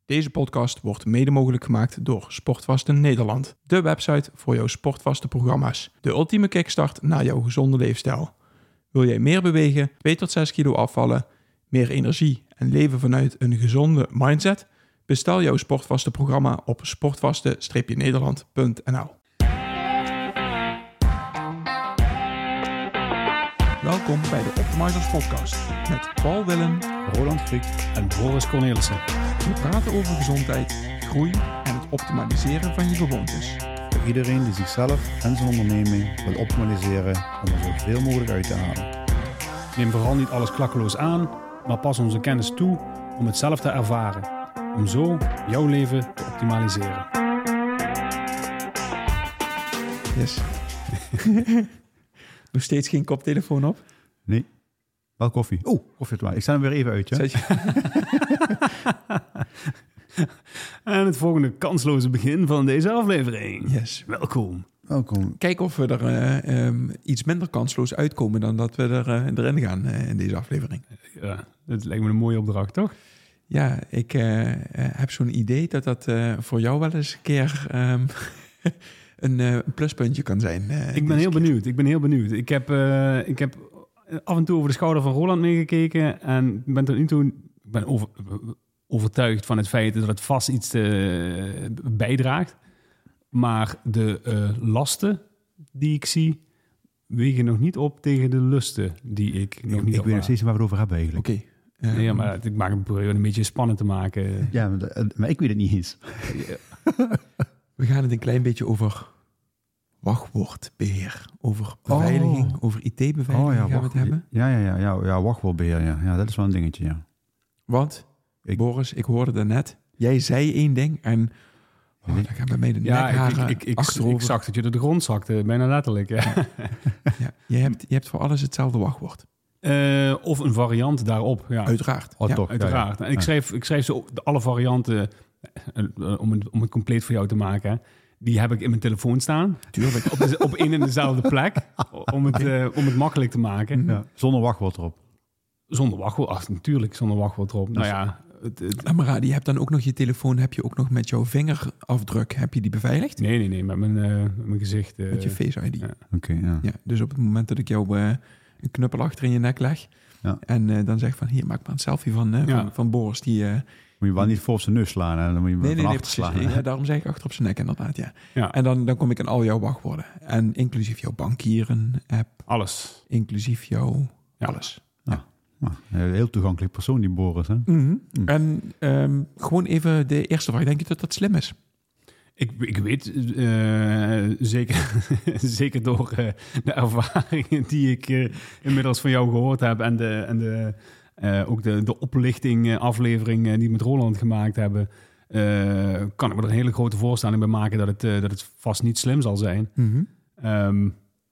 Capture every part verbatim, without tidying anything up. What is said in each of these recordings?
Deze podcast wordt mede mogelijk gemaakt door Sportvasten Nederland. De website voor jouw sportvaste programma's. De ultieme kickstart naar jouw gezonde leefstijl. Wil jij meer bewegen, twee tot zes kilo afvallen, meer energie en leven vanuit een gezonde mindset? Bestel jouw Sportvasten programma op sportvasten nederland punt n l. Welkom bij de Optimizers Podcast met Paul Willem, Roland Griek en Boris Cornelissen. We praten over gezondheid, groei en het optimaliseren van je gewoontes. Voor iedereen die zichzelf en zijn onderneming wil optimaliseren om er zoveel mogelijk uit te halen. Neem vooral niet alles klakkeloos aan, maar pas onze kennis toe om het zelf te ervaren. Om zo jouw leven te optimaliseren. Yes. Nog steeds geen koptelefoon op? Nee. Wel koffie. Oh, koffie. Ik sta hem weer even uit, ja? Zet je... En het volgende kansloze begin van deze aflevering. Yes. Welkom. Welkom. Kijk of we er uh, um, iets minder kansloos uitkomen dan dat we er, uh, erin gaan uh, in deze aflevering. Ja, dat lijkt me een mooie opdracht, toch? Ja, ik uh, heb zo'n idee dat dat uh, voor jou wel eens een keer um, een uh, pluspuntje kan zijn. Uh, ik ben heel keer. benieuwd. Ik ben heel benieuwd. Ik heb, uh, ik heb af en toe over de schouder van Roland meegekeken en ben tot nu toe ik ben over, overtuigd van het feit dat het vast iets uh, bijdraagt. Maar de uh, lasten die ik zie wegen nog niet op tegen de lusten die ik nog ik, niet Ik weet nog steeds waar we het over hebben eigenlijk. Oké. Okay. Um, ja, maar ik maak het een beetje spannend te maken. Ja, maar, maar ik weet het niet eens. We gaan het een klein beetje over wachtwoordbeheer, over beveiliging, oh. over I T-beveiliging oh, ja, gaan wacht, we het hebben. Ja, ja, ja, ja, ja wachtwoordbeheer, ja. ja. Dat is wel een dingetje, ja. Want, ik, Boris, ik hoorde daarnet, jij zei één ding en oh, dan gaan bij mij de ja, nekharen ik, ik, ik, achterover. Ik zag dat je door de grond zakte, bijna letterlijk. Ja. ja, je, hebt, je hebt voor alles hetzelfde wachtwoord. Uh, of een variant daarop. Ja. Uiteraard. Oh, ja. toch, uiteraard. Ja, ja. En ik schreef, ik schreef zo de alle varianten, uh, om, het, om het compleet voor jou te maken. Die heb ik in mijn telefoon staan. Tuurlijk. Op, de, op één en dezelfde plek. Om het, uh, om het makkelijk te maken. Ja. Zonder wachtwoord erop. Zonder wachtwoord. Ach, natuurlijk zonder wachtwoord erop. Nou ja. Het, het... Amara, je hebt dan ook nog je telefoon, heb je ook nog met jouw vingerafdruk, heb je die beveiligd? Nee, nee, nee, met mijn, uh, met mijn gezicht. Uh, met je Face I D. Ja. Oké, okay, ja. ja. Dus op het moment dat ik jou uh, een knuppel achter in je nek leg ja. en uh, dan zeg van hier, maak maar een selfie van, uh, ja. van, van Boris. Die, uh, moet je wel niet voor op zijn neus slaan, hè? Dan moet je nee, van nee, achter nee, slaan. Ja, daarom zeg ik achter op zijn nek inderdaad, ja. ja. En dan, dan kom ik aan al jouw wachtwoorden. En inclusief jouw bankieren-app. Alles. Inclusief jouw ja. alles. Ja. Nou, een heel toegankelijk persoon, die Boris, hè? Mm-hmm. Mm. En um, gewoon even de eerste vraag. Denk je dat dat slim is? Ik, ik weet uh, zeker, zeker door uh, de ervaringen die ik uh, inmiddels van jou gehoord heb en, de, en de, uh, ook de, de oplichting uh, aflevering uh, die we met Roland gemaakt hebben, uh, kan ik me er een hele grote voorstelling bij maken dat het, uh, dat het vast niet slim zal zijn. Mm-hmm. Um,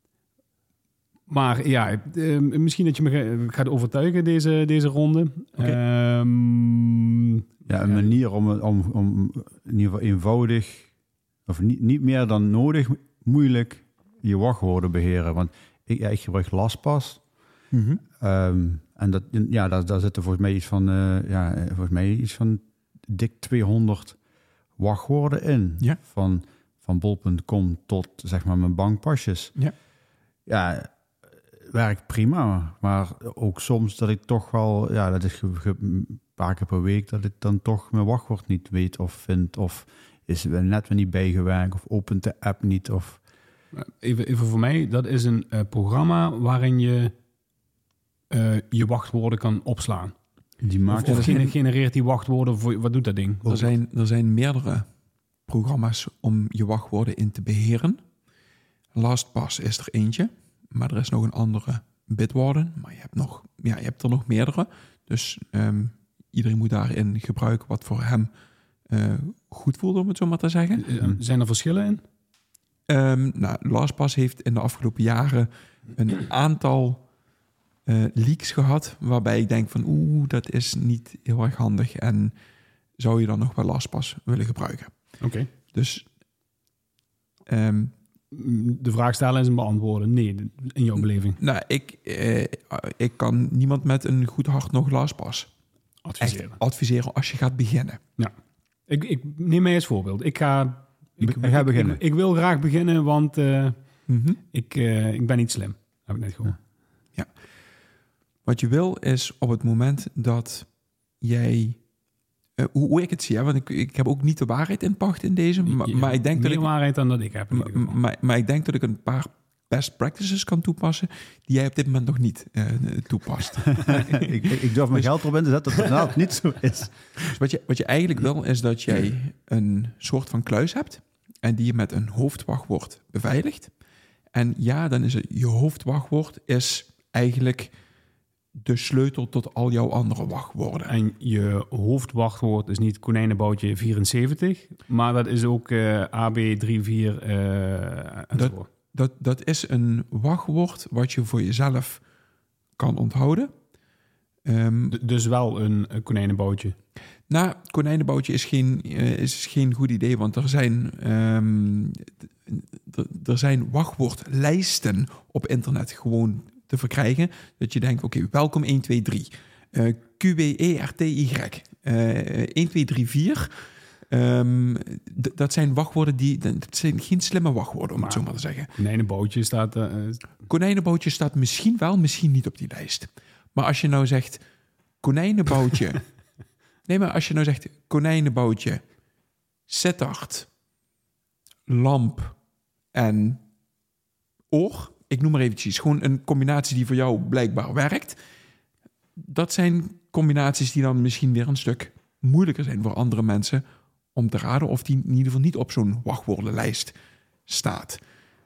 maar ja, uh, misschien dat je me gaat overtuigen deze, deze ronde. Okay. Um, ja, een manier om, om, om in ieder geval eenvoudig, of niet, niet meer dan nodig, moeilijk je wachtwoorden beheren. Want ik, ja, ik gebruik LastPass. Mm-hmm. Um, en dat, ja, daar, daar zitten volgens mij iets van, uh, ja, volgens mij iets van dik tweehonderd wachtwoorden in. Ja. Van, van bol punt com tot, zeg maar, mijn bankpasjes. Ja. Ja, werkt prima. Maar ook soms dat ik toch wel, ja, dat is ge, ge, een paar keer per week, dat ik dan toch mijn wachtwoord niet weet of vind. Of is er net weer niet bijgewerkt of opent de app niet. Of... Even, even voor mij, dat is een uh, programma waarin je uh, je wachtwoorden kan opslaan. Die maakt of of gener- genereert die wachtwoorden voor, wat doet dat ding? Er zijn, er zijn meerdere programma's om je wachtwoorden in te beheren. LastPass is er eentje, maar er is nog een andere, Bitwarden. Maar je hebt, nog, ja, je hebt er nog meerdere. Dus um, iedereen moet daarin gebruiken wat voor hem uh, goed voelt, om het zo maar te zeggen. Uh, zijn er verschillen in? Um, nou, LastPass heeft in de afgelopen jaren een aantal uh, leaks gehad, waarbij ik denk van oeh, dat is niet heel erg handig en zou je dan nog wel LastPass willen gebruiken. Oké. Okay. Dus um, de vraag stellen en ze beantwoorden. Nee, in jouw beleving. Nou, ik, eh, ik kan niemand met een goed hart nog LastPass adviseren. Echt adviseren als je gaat beginnen. Ja. Ik, ik neem mij als voorbeeld. Ik ga, ik, Ik ga ik, beginnen. Ik, ik wil graag beginnen, want uh, Mm-hmm. ik, uh, ik ben niet slim. Heb ik net gehoord. Ja. ja. Wat je wil is op het moment dat jij... Uh, hoe, hoe ik het zie, hè? Want ik, ik heb ook niet de waarheid in pacht in deze. Maar, ja, maar ik denk meer dat ik, waarheid dan dat ik heb. In maar, maar, maar ik denk dat ik een paar best practices kan toepassen die jij op dit moment nog niet uh, toepast. ik, ik durf mijn geld erop in te zetten dat het nou niet zo is. Dus wat je, wat je eigenlijk wil is dat jij een soort van kluis hebt en die je met een hoofdwachtwoord beveiligt. En ja, dan is het, je hoofdwachtwoord is eigenlijk de sleutel tot al jouw andere wachtwoorden. En je hoofdwachtwoord is niet konijnenboutje vierenzeventig, maar dat is ook uh, A B drieënveertig uh, enzovoort. Dat, dat, dat is een wachtwoord wat je voor jezelf kan onthouden. Um, D- dus wel een, een konijnenboutje. Nou, konijnenboutje is geen, uh, is geen goed idee, want er zijn, um, d- er zijn wachtwoordlijsten op internet gewoon te verkrijgen. Dat je denkt, oké, okay, welkom een twee drie. Uh, Q W E R T Y. Uh, een twee drie vier. Um, d- dat zijn wachtwoorden die... Dat zijn geen slimme wachtwoorden, om maar, het zo maar te zeggen. Konijnenboutje staat... Uh, konijnenboutje staat misschien wel, misschien niet op die lijst. Maar als je nou zegt, konijnenboutje... nee, maar als je nou zegt, konijnenboutje, sittard, lamp en oor... Ik noem maar eventjes, gewoon een combinatie die voor jou blijkbaar werkt. Dat zijn combinaties die dan misschien weer een stuk moeilijker zijn voor andere mensen om te raden of die in ieder geval niet op zo'n wachtwoordenlijst staat.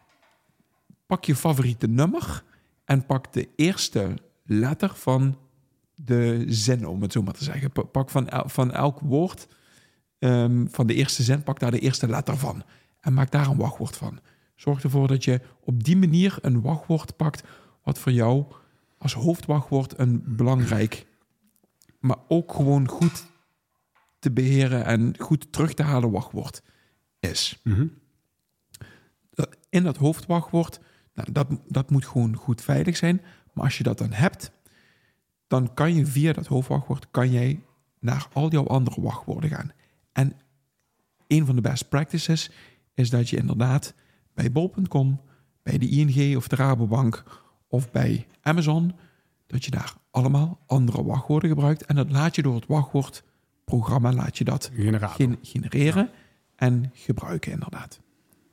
Pak je favoriete nummer en pak de eerste letter van de zin, om het zo maar te zeggen. Pak van, el- van elk woord, um, van de eerste zin, pak daar de eerste letter van en maak daar een wachtwoord van. Zorg ervoor dat je op die manier een wachtwoord pakt wat voor jou als hoofdwachtwoord een belangrijk, maar ook gewoon goed te beheren en goed terug te halen wachtwoord is. Mm-hmm. In dat hoofdwachtwoord, nou, dat, dat moet gewoon goed veilig zijn. Maar als je dat dan hebt, dan kan je via dat hoofdwachtwoord kan jij naar al jouw andere wachtwoorden gaan. En een van de best practices is dat je inderdaad bij bol punt com, bij de I N G of de Rabobank of bij Amazon, dat je daar allemaal andere wachtwoorden gebruikt. En dat laat je door het wachtwoordprogramma laat je dat gen- genereren ja. en gebruiken inderdaad.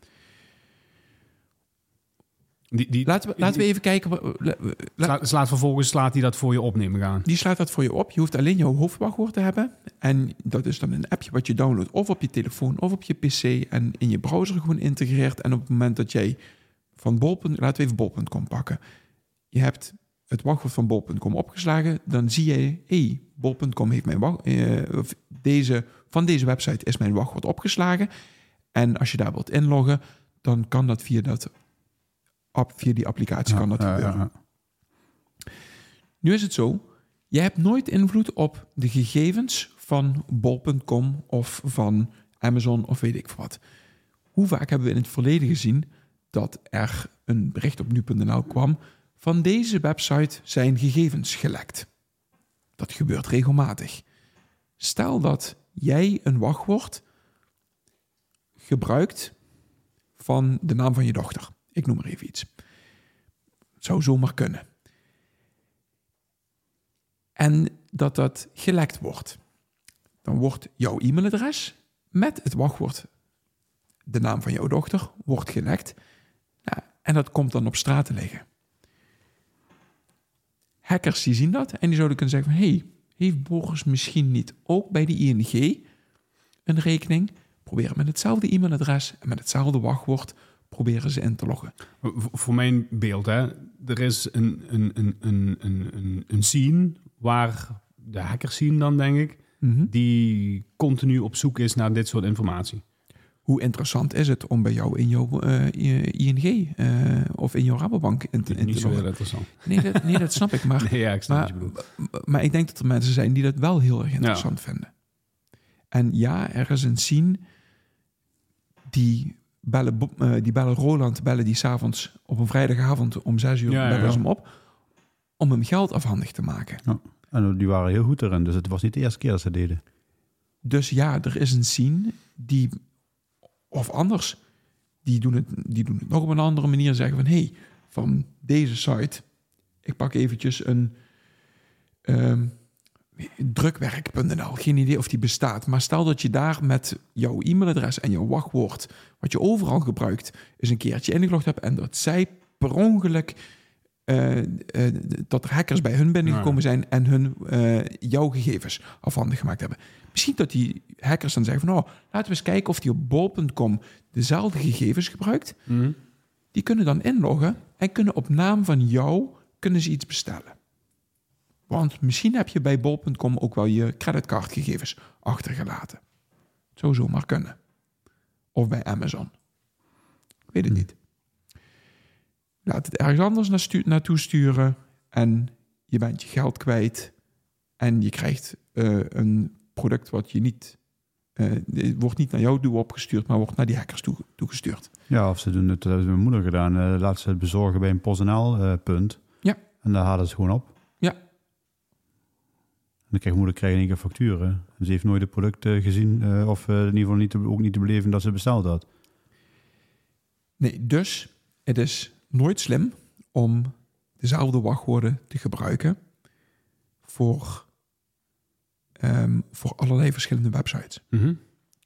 Die, die, laten, we, laten we die, even kijken. La, slaat, slaat vervolgens slaat hij dat voor je opnemen gaan. Die slaat dat voor je op. Je hoeft alleen jouw hoofdwachtwoord te hebben. En dat is dan een appje wat je downloadt of op je telefoon of op je pc en in je browser gewoon integreert. En op het moment dat jij van bol. Laten we even bol punt com pakken. Je hebt het wachtwoord van bol punt com opgeslagen. Dan zie je, hé, hey, bol punt com heeft mijn wacht, uh, of deze, van deze website is mijn wachtwoord opgeslagen. En als je daar wilt inloggen, dan kan dat via dat via die applicatie ja, kan dat gebeuren. Ja, ja. Nu is het zo, je hebt nooit invloed op de gegevens van bol punt com of van Amazon of weet ik wat. Hoe vaak hebben we in het verleden gezien dat er een bericht op nu punt n l kwam van deze website zijn gegevens gelekt. Dat gebeurt regelmatig. Stel dat jij een wachtwoord gebruikt van de naam van je dochter. Ik noem maar even iets. Het zou zomaar kunnen. En dat dat gelekt wordt. Dan wordt jouw e-mailadres met het wachtwoord, de naam van jouw dochter, wordt gelekt. Nou, en dat komt dan op straat te liggen. Hackers die zien dat en die zouden kunnen zeggen van, hey, heeft Boris misschien niet ook bij de I N G een rekening? Probeer met hetzelfde e-mailadres en met hetzelfde wachtwoord proberen ze in te loggen. Voor mijn beeld, hè, er is een, een, een, een, een, een scene waar de hackers zien dan, denk ik, mm-hmm. die continu op zoek is naar dit soort informatie. Hoe interessant is het om bij jou in jouw uh, I N G uh, of in jouw Rabobank in te, in Niet te zo loggen? heel interessant. Nee dat, nee, dat snap ik. Maar, nee, ja, ik snap maar, wat je bedoelt. Maar ik denk dat er mensen zijn die dat wel heel erg interessant ja. vinden. En ja, er is een scene die bellen, uh, die bellen Roland, bellen die 's avonds op een vrijdagavond om zes uur, ja, bellen ja. ze hem op om hem geld afhandig te maken. Ja. En die waren heel goed erin, dus het was niet de eerste keer dat ze deden. Dus ja, er is een scene die, of anders, die doen het, die doen het nog op een andere manier. Zeggen van, hé, hey, van deze site, ik pak eventjes een um, drukwerk punt n l. Geen idee of die bestaat. Maar stel dat je daar met jouw e-mailadres en jouw wachtwoord, wat je overal gebruikt, eens een keertje ingelogd hebt en dat zij per ongeluk Uh, uh, dat er hackers bij hun binnengekomen zijn en hun uh, jouw gegevens afhandig gemaakt hebben. Misschien dat die hackers dan zeggen van, oh, laten we eens kijken of die op bol punt com dezelfde gegevens gebruikt. Mm-hmm. Die kunnen dan inloggen en kunnen op naam van jou kunnen ze iets bestellen. Want misschien heb je bij bol punt com ook wel je creditcardgegevens achtergelaten. Het zou zomaar kunnen. Of bij Amazon. Ik weet het mm. niet. Laat het ergens anders naar stu- naartoe sturen en je bent je geld kwijt en je krijgt uh, een product wat je niet, uh, het wordt niet naar jou toe opgestuurd, maar wordt naar die hackers toe, toegestuurd. Ja, of ze doen het, dat hebben mijn moeder gedaan, uh, laat ze het bezorgen bij een PostNL uh, punt. Ja. En daar halen ze gewoon op. Ja. En dan krijgt moeder krijgt in één keer facturen. En ze heeft nooit het product uh, gezien uh, of uh, in ieder geval niet te, ook niet te beleven dat ze besteld had. Nee, dus het is nooit slim om dezelfde wachtwoorden te gebruiken voor, um, voor allerlei verschillende websites. Mm-hmm.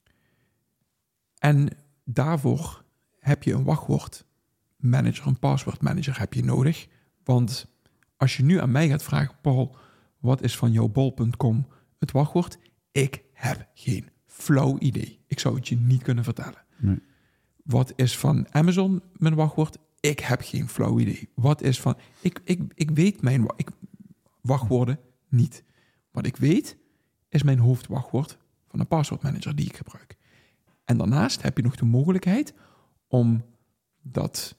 En daarvoor heb je een wachtwoordmanager, een passwordmanager heb je nodig. Want als je nu aan mij gaat vragen, Paul, wat is van jouw bol punt com het wachtwoord? Ik heb geen flauw idee. Ik zou het je niet kunnen vertellen. Nee. Wat is van Amazon mijn wachtwoord? Ik heb geen flauw idee. Wat is van... Ik, ik, ik weet mijn ik, wachtwoorden niet. Wat ik weet is mijn hoofdwachtwoord van een passwordmanager die ik gebruik. En daarnaast heb je nog de mogelijkheid om dat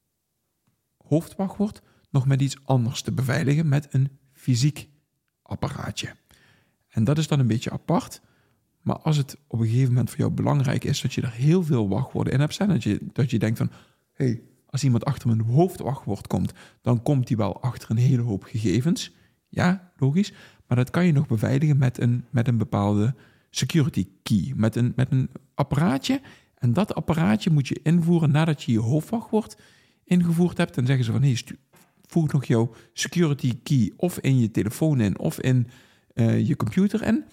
hoofdwachtwoord nog met iets anders te beveiligen met een fysiek apparaatje. En dat is dan een beetje apart. Maar als het op een gegeven moment voor jou belangrijk is dat je er heel veel wachtwoorden in hebt staan, dat je, dat je denkt van, hey, als iemand achter mijn hoofdwachtwoord komt, dan komt hij wel achter een hele hoop gegevens. Ja, logisch. Maar dat kan je nog beveiligen met een, met een bepaalde security key. Met een, met een apparaatje. En dat apparaatje moet je invoeren nadat je je hoofdwachtwoord ingevoerd hebt. Dan zeggen ze van, hey, stu- voeg nog jouw security key of in je telefoon in of in uh, je computer in.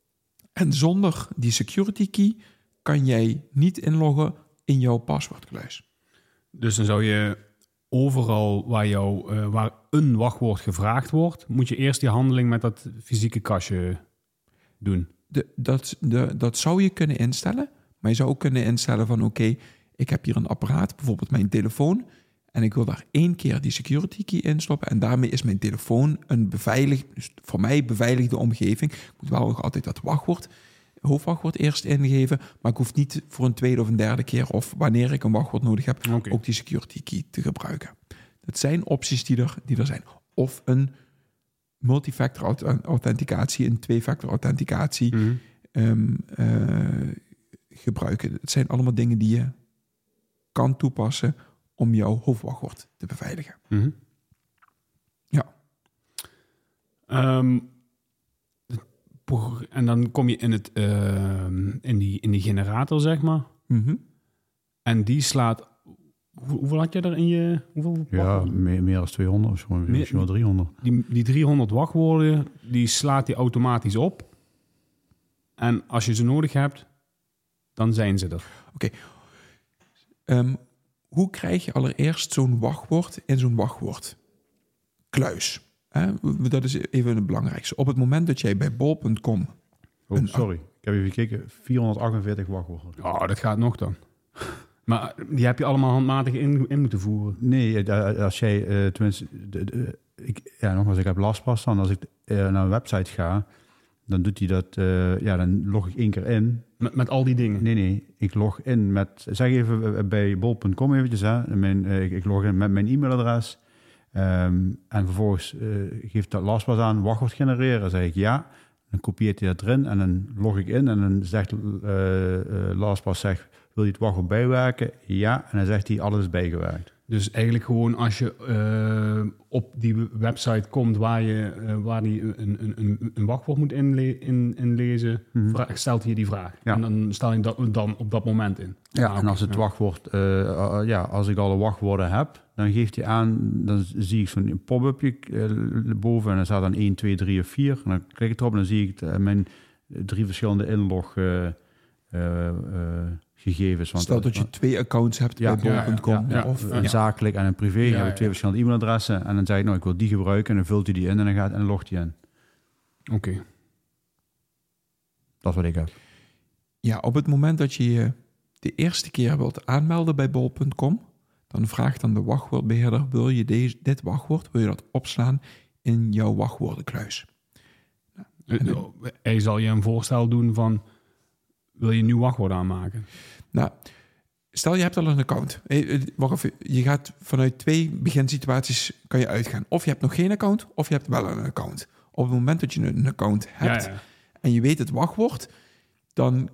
En zonder die security key kan jij niet inloggen in jouw paswoordkluis. Dus dan zou je overal waar, jou, uh, waar een wachtwoord gevraagd wordt, moet je eerst die handeling met dat fysieke kastje doen. De, dat, de, dat zou je kunnen instellen, maar je zou ook kunnen instellen van oké, okay, ik heb hier een apparaat, bijvoorbeeld mijn telefoon, en ik wil daar één keer die security key in stoppen en daarmee is mijn telefoon een beveiligd, dus voor mij beveiligde omgeving. Ik moet wel nog altijd dat wachtwoord, hoofdwachtwoord eerst ingeven, maar ik hoef niet voor een tweede of een derde keer of wanneer ik een wachtwoord nodig heb, okay. ook die security key te gebruiken. Dat zijn opties die er, die er zijn. Of een multifactor authenticatie, een twee-factor authenticatie mm-hmm. um, uh, gebruiken. Het zijn allemaal dingen die je kan toepassen om jouw hoofdwachtwoord te beveiligen. Mm-hmm. Ja. Um, en dan kom je in, het, uh, in, die, in die generator, zeg maar. Mm-hmm. En die slaat... Hoe, hoeveel had je er in je... Hoeveel ja, meer, meer dan tweehonderd of misschien meer, wel driehonderd. Die, die driehonderd wachtwoorden, die slaat die automatisch op. En als je ze nodig hebt, dan zijn ze er. Oké. Okay. Um, hoe krijg je allereerst zo'n wachtwoord in zo'n wachtwoordkluis? Hè? Dat is even het belangrijkste. Op het moment dat jij bij bol punt com... Oh, een... sorry. Ik heb even gekeken. vierhonderdachtenveertig wachtwoorden. Oh, dat gaat nog dan. Maar die heb je allemaal handmatig in, in moeten voeren? Nee, als jij... Uh, tenminste, de, de, ik, ja, nogmaals, ik heb LastPass dan. Als ik uh, naar een website ga, dan doet hij dat... Uh, ja, dan log ik één keer in. Met, met al die dingen? Nee, nee. Ik log in met... Zeg even bij bol punt com eventjes. Hè, mijn, uh, ik, ik log in met mijn e-mailadres. Um, en vervolgens uh, geeft dat LastPass aan wachtwoord genereren. Dan zeg ik ja. Dan kopieert hij dat erin en dan log ik in. En dan zegt uh, uh, LastPass, zegt, wil je het wachtwoord bijwerken? Ja. En dan zegt hij, alles is bijgewerkt. Dus eigenlijk gewoon als je uh, op die website komt waar je uh, waar die een, een, een wachtwoord moet inle- in, inlezen, mm-hmm. vraag, stelt hij die vraag. Ja. En dan stel je dat dan op dat moment in. Ja, ah, en als het ja. wachtwoord, uh, uh, ja, als ik alle wachtwoorden heb, dan geeft hij aan, dan zie ik zo'n pop-upje uh, boven en dan staat dan één, twee, drie of vier. En dan klik ik erop en dan zie ik uh, mijn drie verschillende inlog uh, uh, uh, gegevens. Want stel dat je twee accounts hebt ja, bij bol punt com. Ja, ja, ja, of een ja. zakelijk en een privé. Ja, heb ik twee ja. verschillende e-mailadressen. En dan zeg ik, nou, ik wil die gebruiken. En dan vult hij die in en dan, gaat, en dan logt hij in. Oké. Okay. Dat is wat ik heb. Ja, op het moment dat je je de eerste keer wilt aanmelden bij bol punt com, dan vraagt dan de wachtwoordbeheerder, wil je deze, dit wachtwoord, wil je dat opslaan in jouw wachtwoordenkluis? Nou, dan, hij zal je een voorstel doen van, wil je een nieuw wachtwoord aanmaken? Nou, stel je hebt al een account. Wacht even, je gaat vanuit twee beginsituaties kan je uitgaan. Of je hebt nog geen account, of je hebt wel een account. Op het moment dat je een account hebt ja, ja. en je weet het wachtwoord, dan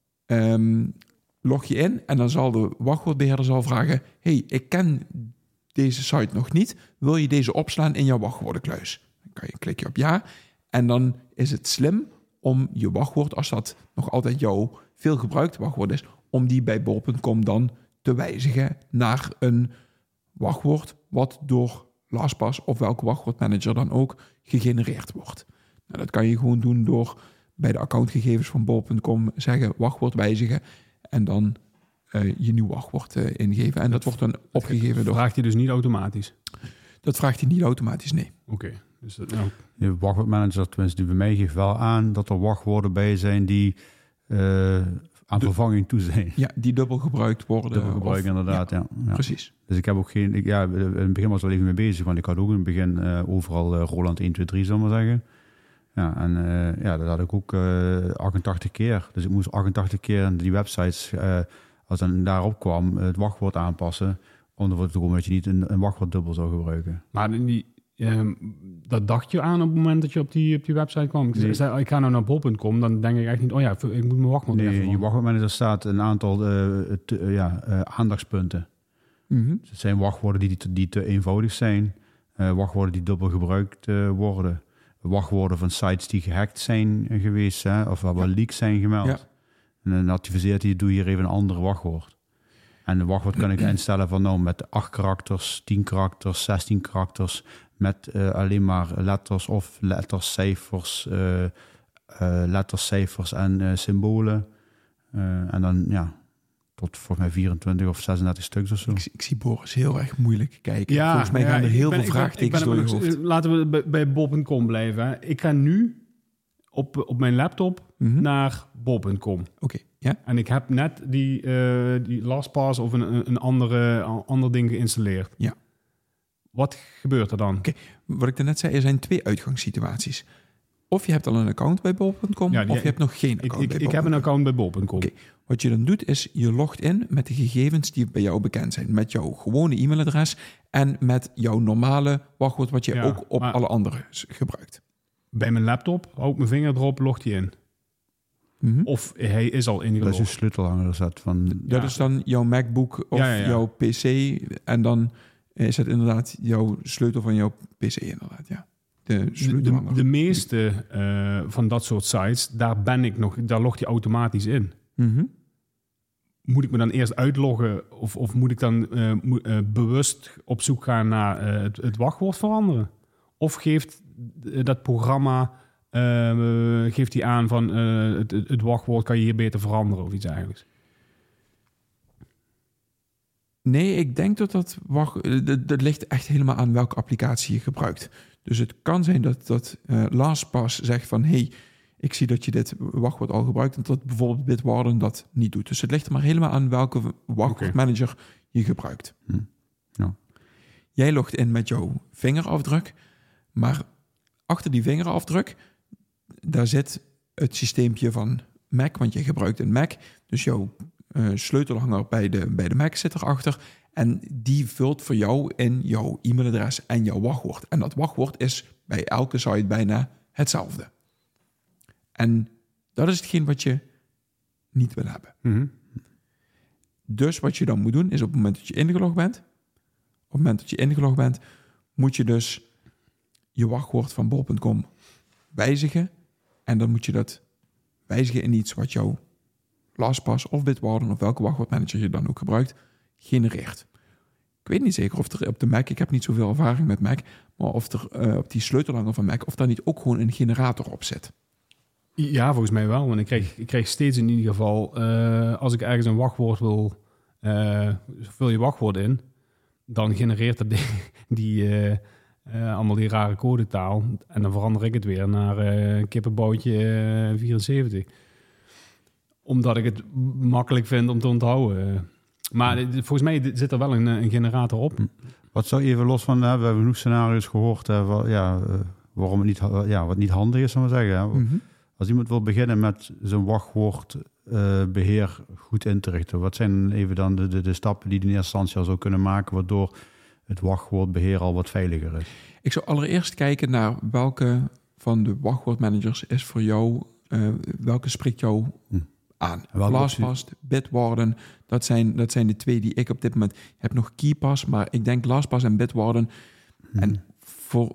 um, log je in en dan zal de wachtwoordbeheerder zal vragen, hey, ik ken deze site nog niet. Wil je deze opslaan in jouw wachtwoordenkluis? Dan kan je klik je op ja en dan is het slim om je wachtwoord, als dat nog altijd jouw veel gebruikt wachtwoord is, om die bij bol punt com dan te wijzigen naar een wachtwoord wat door LastPass of welke wachtwoordmanager dan ook gegenereerd wordt. Nou, dat kan je gewoon doen door bij de accountgegevens van bol punt com zeggen wachtwoord wijzigen en dan uh, je nieuw wachtwoord uh, ingeven. En dat wordt dan opgegeven door... Vraagt hij dus niet automatisch? Dat vraagt hij niet automatisch, nee. Oké. Okay. Dus dat, nou. De wachtwoordmanager, tenminste die bij mij geeft wel aan dat er wachtwoorden bij zijn die uh, aan de, vervanging toe zijn. Ja, die dubbel gebruikt worden. Dubbel gebruik of, inderdaad, ja, ja, ja. Precies. Dus ik heb ook geen... Ik, ja, in het begin was ik wel even mee bezig, want ik had ook in het begin uh, overal uh, Roland één, twee, drie, zal ik maar zeggen. Ja, en uh, ja, dat had ik ook uh, achtentachtig keer. Dus ik moest achtentachtig keer die websites, uh, als dan daarop kwam, het wachtwoord aanpassen, om ervoor te komen dat je niet een, een wachtwoord dubbel zou gebruiken. Maar die... Um, dat dacht je aan op het moment dat je op die, op die website kwam? Nee. Stel, ik ga nou naar bol punt com, dan denk ik echt niet, oh ja, ik moet mijn wachtwoord nee, even in je wachtwoordmanager staat een aantal uh, te, uh, ja, uh, aandachtspunten. Mm-hmm. Dus het zijn wachtwoorden die, die, die te eenvoudig zijn, uh, wachtwoorden die dubbel gebruikt uh, worden, wachtwoorden van sites die gehackt zijn geweest, hè, of waar wel ja. leaks zijn gemeld. Ja. En dan adviseert hij, doe hier even een ander wachtwoord. En de wachtwoord kan ik instellen van nou met acht karakters, tien karakters, zestien karakters, met uh, alleen maar letters of letters, cijfers, uh, uh, letters, cijfers en uh, symbolen. Uh, en dan ja, tot volgens mij vierentwintig of zesendertig stuks of zo. Ik, ik zie Boris heel erg moeilijk kijken. Ja, volgens mij ja, gaan er heel ben, veel vraagtekens door je hoofd. Laten we bij, bij bol punt com blijven. Hè. Ik ga nu op, op mijn laptop mm-hmm. naar bol punt com. Oké. Okay. Ja. En ik heb net die, uh, die LastPass of een, een andere, ander ding geïnstalleerd. Ja. Wat gebeurt er dan? Okay. Wat ik daarnet zei, er zijn twee uitgangssituaties. Of je hebt al een account bij bol punt com, ja, die, of je hebt nog geen account ik, bij ik, bol punt com. Ik heb een account bij bol punt com. Okay. Wat je dan doet, is je logt in met de gegevens die bij jou bekend zijn. Met jouw gewone e-mailadres en met jouw normale wachtwoord wat je ja, ook op alle andere gebruikt. Bij mijn laptop, hou ik mijn vinger erop, logt hij in. Mm-hmm. Of hij is al ingelogd. Dat is een sleutelhanger zat van. Dat ja. is dan jouw MacBook of ja, ja, ja. jouw P C. En dan is het inderdaad jouw sleutel van jouw P C inderdaad, ja. De, de, de, de meeste uh, van dat soort sites, daar ben ik nog, daar logt hij automatisch in. Mm-hmm. Moet ik me dan eerst uitloggen of, of moet ik dan uh, mo- uh, bewust op zoek gaan naar uh, het, het wachtwoord veranderen? Of geeft uh, dat programma uh, geeft hij aan van uh, het, het wachtwoord kan je hier beter veranderen of iets eigenlijk? Nee, ik denk dat dat, wacht, dat, dat ligt echt helemaal aan welke applicatie je gebruikt. Dus het kan zijn dat, dat uh, LastPass zegt van, hey, ik zie dat je dit wachtwoord al gebruikt en dat bijvoorbeeld Bitwarden dat niet doet. Dus het ligt er maar helemaal aan welke wachtwoordmanager okay. je gebruikt. Hm. Ja. Jij logt in met jouw vingerafdruk, maar achter die vingerafdruk, daar zit het systeempje van Mac, want je gebruikt een Mac, dus jouw uh, sleutelhanger bij de, bij de Mac zit erachter en die vult voor jou in jouw e-mailadres en jouw wachtwoord. En dat wachtwoord is bij elke site bijna hetzelfde. En dat is hetgeen wat je niet wil hebben. Mm-hmm. Dus wat je dan moet doen, is op het moment dat je ingelogd bent, op het moment dat je ingelogd bent, moet je dus je wachtwoord van bol punt com wijzigen. En dan moet je dat wijzigen in iets wat jouw LastPass of Bitwarden of welke wachtwoordmanager je dan ook gebruikt, genereert. Ik weet niet zeker of er op de Mac, ik heb niet zoveel ervaring met Mac, maar of er uh, op die sleutelhanger van Mac, of daar niet ook gewoon een generator op zit. Ja, volgens mij wel. Want ik kreeg, ik kreeg steeds in ieder geval, uh, als ik ergens een wachtwoord wil, uh, vul je wachtwoord in, dan genereert het die, die uh, uh, allemaal die rare codetaal. En dan verander ik het weer naar uh, kippenboutje uh, vierenzeventig. Omdat ik het makkelijk vind om te onthouden. Maar uh, volgens mij zit er wel een, een generator op. Wat zou even los van, uh, we hebben genoeg scenario's gehoord, uh, wat, ja, uh, waarom het niet, uh, ja, wat niet handig is, zullen we zeggen. Hè? Mm-hmm. Als iemand wil beginnen met zijn wachtwoordbeheer uh, goed in te richten, wat zijn even dan de, de, de stappen die je in eerste instantie al zou kunnen maken, waardoor het wachtwoordbeheer al wat veiliger is? Ik zou allereerst kijken naar welke van de wachtwoordmanagers is voor jou, uh, welke spreekt jou hm. aan. LastPass, Bitwarden, dat zijn, dat zijn de twee die ik op dit moment... Ik heb nog KeePass, maar ik denk LastPass en Bitwarden. Hm. En voor...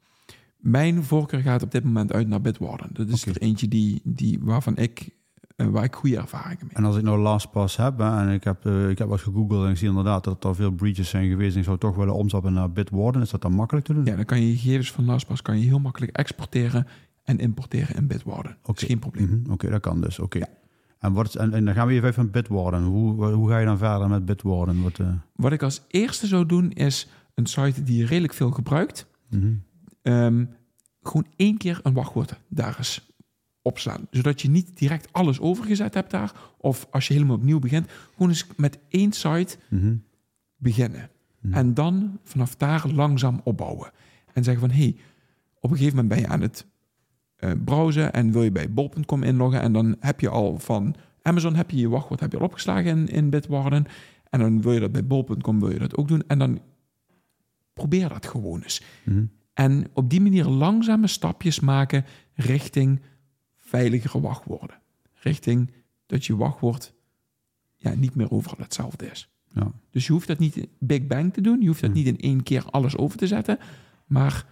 Mijn voorkeur gaat op dit moment uit naar Bitwarden. Dat is okay. er eentje die, die, waarvan ik, uh, waar ik goede ervaringen mee heb. En als ik nou LastPass heb, hè, en ik heb, uh, ik heb wat gegoogeld en ik zie inderdaad dat er veel breaches zijn geweest, en ik zou toch willen omstappen naar Bitwarden. Is dat dan makkelijk te doen? Ja, dan kan je je gegevens van LastPass kan je heel makkelijk exporteren en importeren in Bitwarden. Okay. Dat is geen probleem. Mm-hmm. Oké, okay, dat kan dus. Oké. Okay. Ja. En, wat is, en, en dan gaan we even van Bitwarden. Hoe, hoe ga je dan verder met Bitwarden? Wat, uh... wat ik als eerste zou doen is een site die je redelijk veel gebruikt. Mm-hmm. Um, gewoon één keer een wachtwoord daar eens opslaan. Zodat je niet direct alles overgezet hebt daar. Of als je helemaal opnieuw begint, gewoon eens met één site mm-hmm. beginnen. Mm-hmm. En dan vanaf daar langzaam opbouwen. En zeggen van, hé, hey, op een gegeven moment ben je aan het uh, browsen en wil je bij bol punt com inloggen. En dan heb je al van Amazon heb je je wachtwoord heb je al opgeslagen in, in Bitwarden. En dan wil je dat bij bol punt com wil je dat ook doen. En dan probeer dat gewoon eens. Mm-hmm. En op die manier langzame stapjes maken richting veiligere wachtwoorden. Richting dat je wachtwoord ja, niet meer overal hetzelfde is. Ja. Dus je hoeft dat niet big bang te doen. Je hoeft dat niet in één keer alles over te zetten. Maar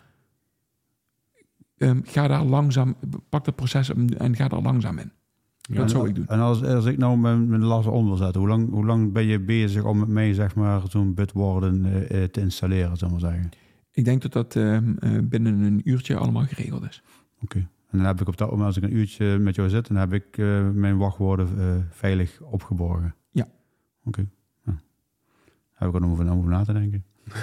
um, ga daar langzaam, pak dat proces en ga daar langzaam in. Ja, dat en, zou ik doen. En als, als ik nou mijn, mijn las om wil zetten, hoe lang, hoe lang ben je bezig om met mij zeg maar, zo'n Bitwarden uh, te installeren, zullen we zeggen? Ik denk dat dat uh, uh, binnen een uurtje allemaal geregeld is. Oké. Okay. En dan heb ik op dat moment, als ik een uurtje met jou zit, dan heb ik uh, mijn wachtwoorden uh, veilig opgeborgen. Ja. Oké. Okay. Ja. Heb ik er nog over, over na te denken.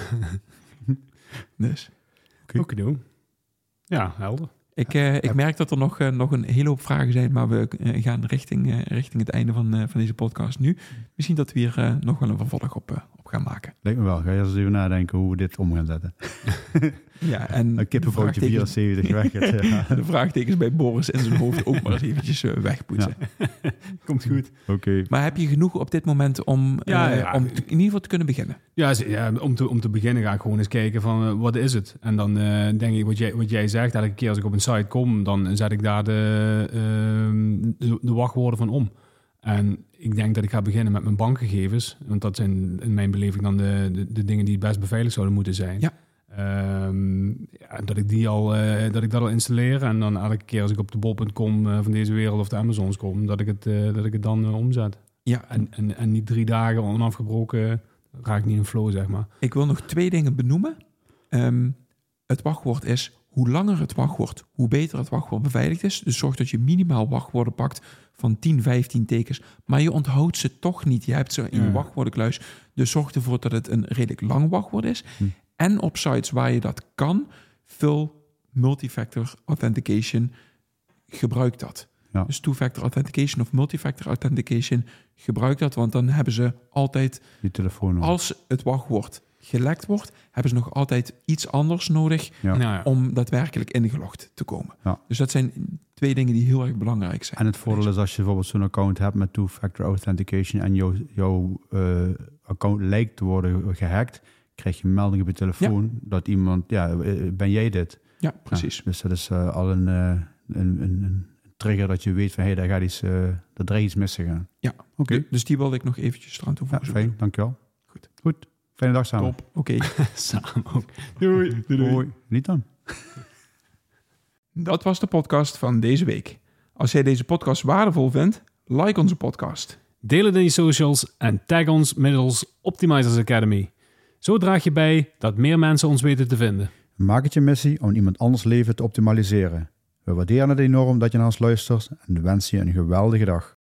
Dus. Oké. Okay. Okay. Ja, helder. Ik, uh, ik merk dat er nog, uh, nog een hele hoop vragen zijn, maar we uh, gaan richting, uh, richting het einde van, uh, van deze podcast nu. Misschien dat we hier uh, nog wel een vervolg op, uh, op gaan maken. Lijkt me wel. Ga je eens even nadenken hoe we dit om gaan zetten. Ja, en een kippenbootje vierenzeventig weg. Het, ja. De vraagtekens bij Boris in zijn hoofd ook maar eens eventjes uh, wegpoetsen. Ja. Komt goed. Oké. Okay. Maar heb je genoeg op dit moment om, ja, uh, ja. om te, in ieder geval te kunnen beginnen? Ja, ja om, te, om te beginnen ga ik gewoon eens kijken van uh, wat is het? En dan uh, denk ik wat jij, wat jij zegt, elke keer als ik op een site kom, dan zet ik daar de, uh, de, de wachtwoorden van om. En ik denk dat ik ga beginnen met mijn bankgegevens. Want dat zijn in mijn beleving dan de, de, de dingen die het best beveiligd zouden moeten zijn. Ja. Um, ja, dat ik die al, uh, dat ik dat al installeer. En dan elke keer als ik op de bol punt com uh, van deze wereld of de Amazons kom, dat ik het, uh, dat ik het dan uh, omzet. Ja. En, en, en niet drie dagen onafgebroken raak ik niet in flow, zeg maar. Ik wil nog twee dingen benoemen. Um, het wachtwoord is, hoe langer het wachtwoord, hoe beter het wachtwoord beveiligd is. Dus zorg dat je minimaal wachtwoorden pakt van tien, vijftien tekens. Maar je onthoudt ze toch niet. Je hebt ze in je ja. wachtwoordenkluis. Dus zorg ervoor dat het een redelijk lang wachtwoord is. Hm. En op sites waar je dat kan, vul multifactor authentication. Gebruik dat. Ja. Dus two-factor authentication of multifactor authentication. Gebruik dat, want dan hebben ze altijd... Die telefoonnummer. Als het wachtwoord gelekt wordt, hebben ze nog altijd iets anders nodig ja. Nou ja. om daadwerkelijk ingelogd te komen. Ja. Dus dat zijn twee dingen die heel erg belangrijk zijn. En het voordeel is als je bijvoorbeeld zo'n account hebt met two-factor authentication en jouw, jouw uh, account lijkt te worden gehackt, krijg je een melding op je telefoon ja. dat iemand, ja, ben jij dit? Ja, precies. Ja, dus dat is uh, al een, uh, een, een, een trigger dat je weet van, hé, hey, daar gaat iets, uh, daar dreigt iets mis te gaan. Ja, oké. Okay. Dus die wilde ik nog eventjes eraan toevoegen. Ja, fijn, dankjewel. Goed. Goed. Fijne dag samen. Top, oké. Samen ook. Doei. Doei, doei. Hoi. Niet dan. Dat was de podcast van deze week. Als jij deze podcast waardevol vindt, like onze podcast. Deel het in je socials en tag ons middels Optimizers Academy. Zo draag je bij dat meer mensen ons weten te vinden. Maak het je missie om iemand anders leven te optimaliseren. We waarderen het enorm dat je naar ons luistert en wensen je een geweldige dag.